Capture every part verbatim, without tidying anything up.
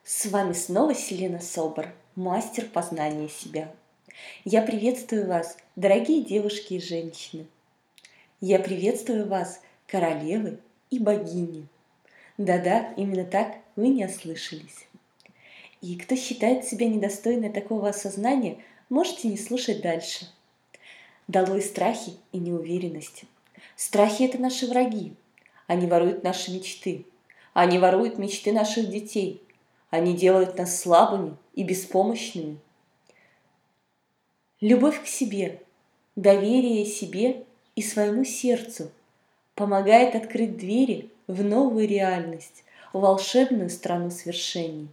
С вами снова Селена Собор, мастер познания себя. Я приветствую вас, дорогие девушки и женщины. Я приветствую вас, королевы и богини. Да-да, именно так вы не ослышались. И кто считает себя недостойной такого осознания, можете не слушать дальше. Долой страхи и неуверенность. Страхи – это наши враги. Они воруют наши мечты. Они воруют мечты наших детей. Они делают нас слабыми и беспомощными. Любовь к себе, доверие себе и своему сердцу помогает открыть двери в новую реальность, в волшебную страну свершений.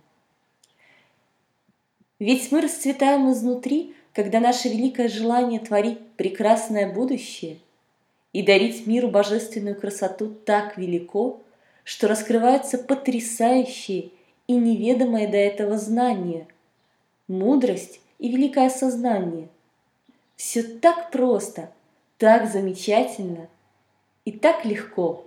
Ведь мы расцветаем изнутри, когда наше великое желание творить прекрасное будущее и дарить миру божественную красоту так велико, что раскрываются потрясающие и неведомое до этого знания, мудрость и великое сознание. Все так просто, так замечательно и так легко.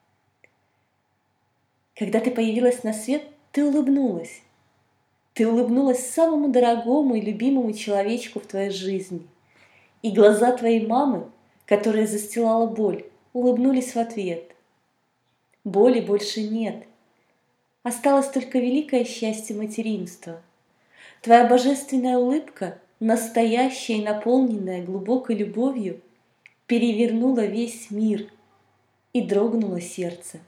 Когда ты появилась на свет, ты улыбнулась. Ты улыбнулась самому дорогому и любимому человечку в твоей жизни. И глаза твоей мамы, которая застилала боль, улыбнулись в ответ. Боли больше нет. Осталось только великое счастье материнства. Твоя божественная улыбка, настоящая и наполненная глубокой любовью, перевернула весь мир и дрогнуло сердце.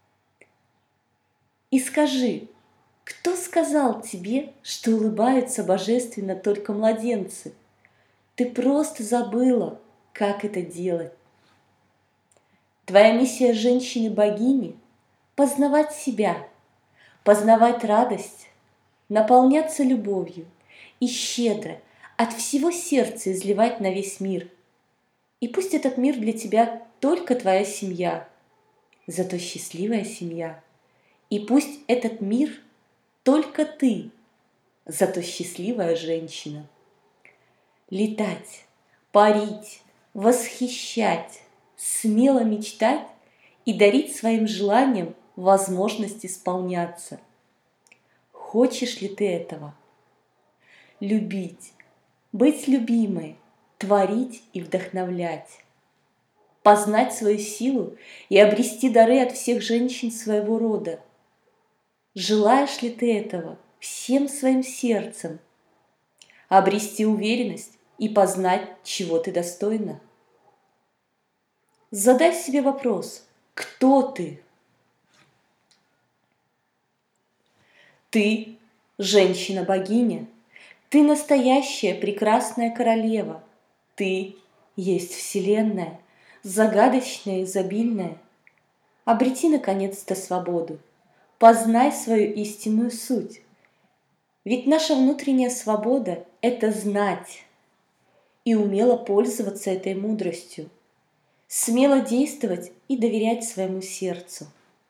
И скажи, кто сказал тебе, что улыбаются божественно только младенцы? Ты просто забыла, как это делать. Твоя миссия женщины-богини – познавать себя, познавать радость, наполняться любовью и щедро от всего сердца изливать на весь мир. И пусть этот мир для тебя только твоя семья, зато счастливая семья. И пусть этот мир только ты, зато счастливая женщина. Летать, парить, восхищать, смело мечтать и дарить своим желаниям возможность исполняться. Хочешь ли ты этого? Любить, быть любимой, творить и вдохновлять. Познать свою силу и обрести дары от всех женщин своего рода. Желаешь ли ты этого всем своим сердцем? Обрести уверенность и познать, чего ты достойна. Задай себе вопрос: кто ты? Ты женщина-богиня. Ты настоящая прекрасная королева. Ты есть Вселенная, загадочная и изобильная. Обрети наконец-то свободу. Познай свою истинную суть. Ведь наша внутренняя свобода – это знать и умело пользоваться этой мудростью, смело действовать и доверять своему сердцу.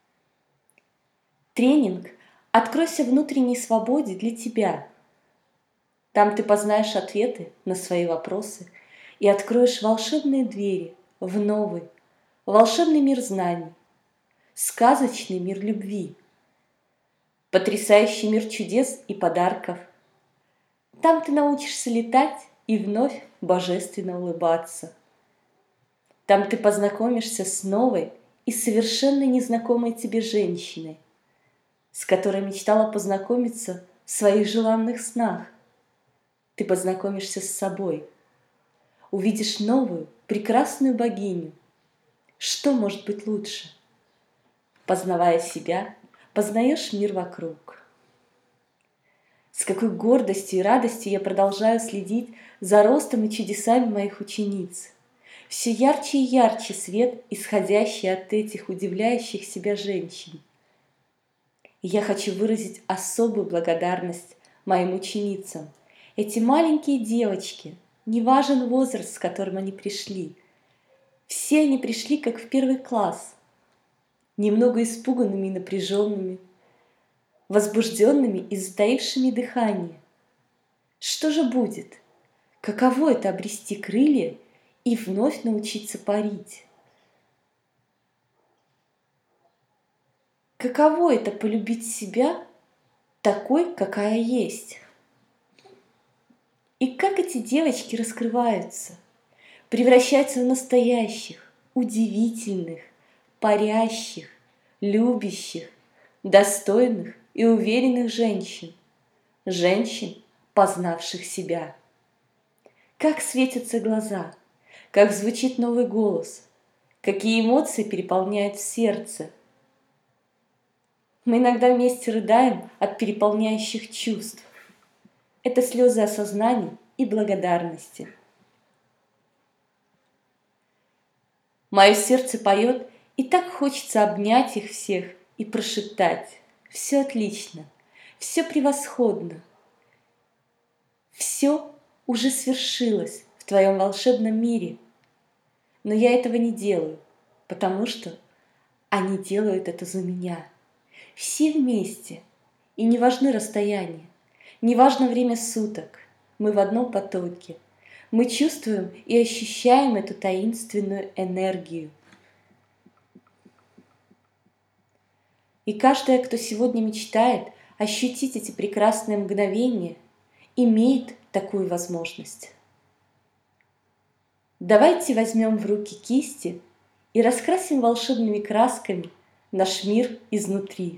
Тренинг «Откройся внутренней свободе» для тебя. Там ты познаешь ответы на свои вопросы и откроешь волшебные двери в новый, волшебный мир знаний, сказочный мир любви, потрясающий мир чудес и подарков. Там ты научишься летать и вновь божественно улыбаться. Там ты познакомишься с новой и совершенно незнакомой тебе женщиной, с которой мечтала познакомиться в своих желанных снах. Ты познакомишься с собой, увидишь новую, прекрасную богиню. Что может быть лучше? Познавая себя, познаешь мир вокруг. С какой гордостью и радостью я продолжаю следить за ростом и чудесами моих учениц. Все ярче и ярче свет, исходящий от этих удивляющих себя женщин. И я хочу выразить особую благодарность моим ученицам. Эти маленькие девочки, не важен возраст, с которым они пришли. Все они пришли как в первый класс, немного испуганными и напряженными, возбужденными и затаившими дыхание. Что же будет? Каково это обрести крылья и вновь научиться парить? Каково это полюбить себя такой, какая есть. И как эти девочки раскрываются, превращаются в настоящих, удивительных, парящих, любящих, достойных и уверенных женщин, женщин, познавших себя. Как светятся глаза, как звучит новый голос, какие эмоции переполняют сердце. Мы иногда вместе рыдаем от переполняющих чувств. Это слезы осознания и благодарности. Мое сердце поет, и так хочется обнять их всех и прошептать: все отлично, все превосходно, все уже свершилось в твоем волшебном мире. Но я этого не делаю, потому что они делают это за меня. Все вместе, и не важны расстояния, не важно время суток, мы в одном потоке. Мы чувствуем и ощущаем эту таинственную энергию. И каждая, кто сегодня мечтает ощутить эти прекрасные мгновения, имеет такую возможность. Давайте возьмем в руки кисти и раскрасим волшебными красками наш мир изнутри.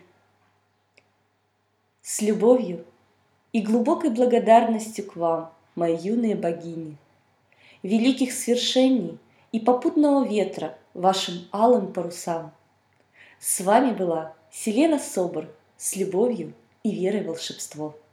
С любовью и глубокой благодарностью к вам, мои юные богини, великих свершений и попутного ветра вашим алым парусам. С вами была Селена Собор с любовью и верой в волшебство.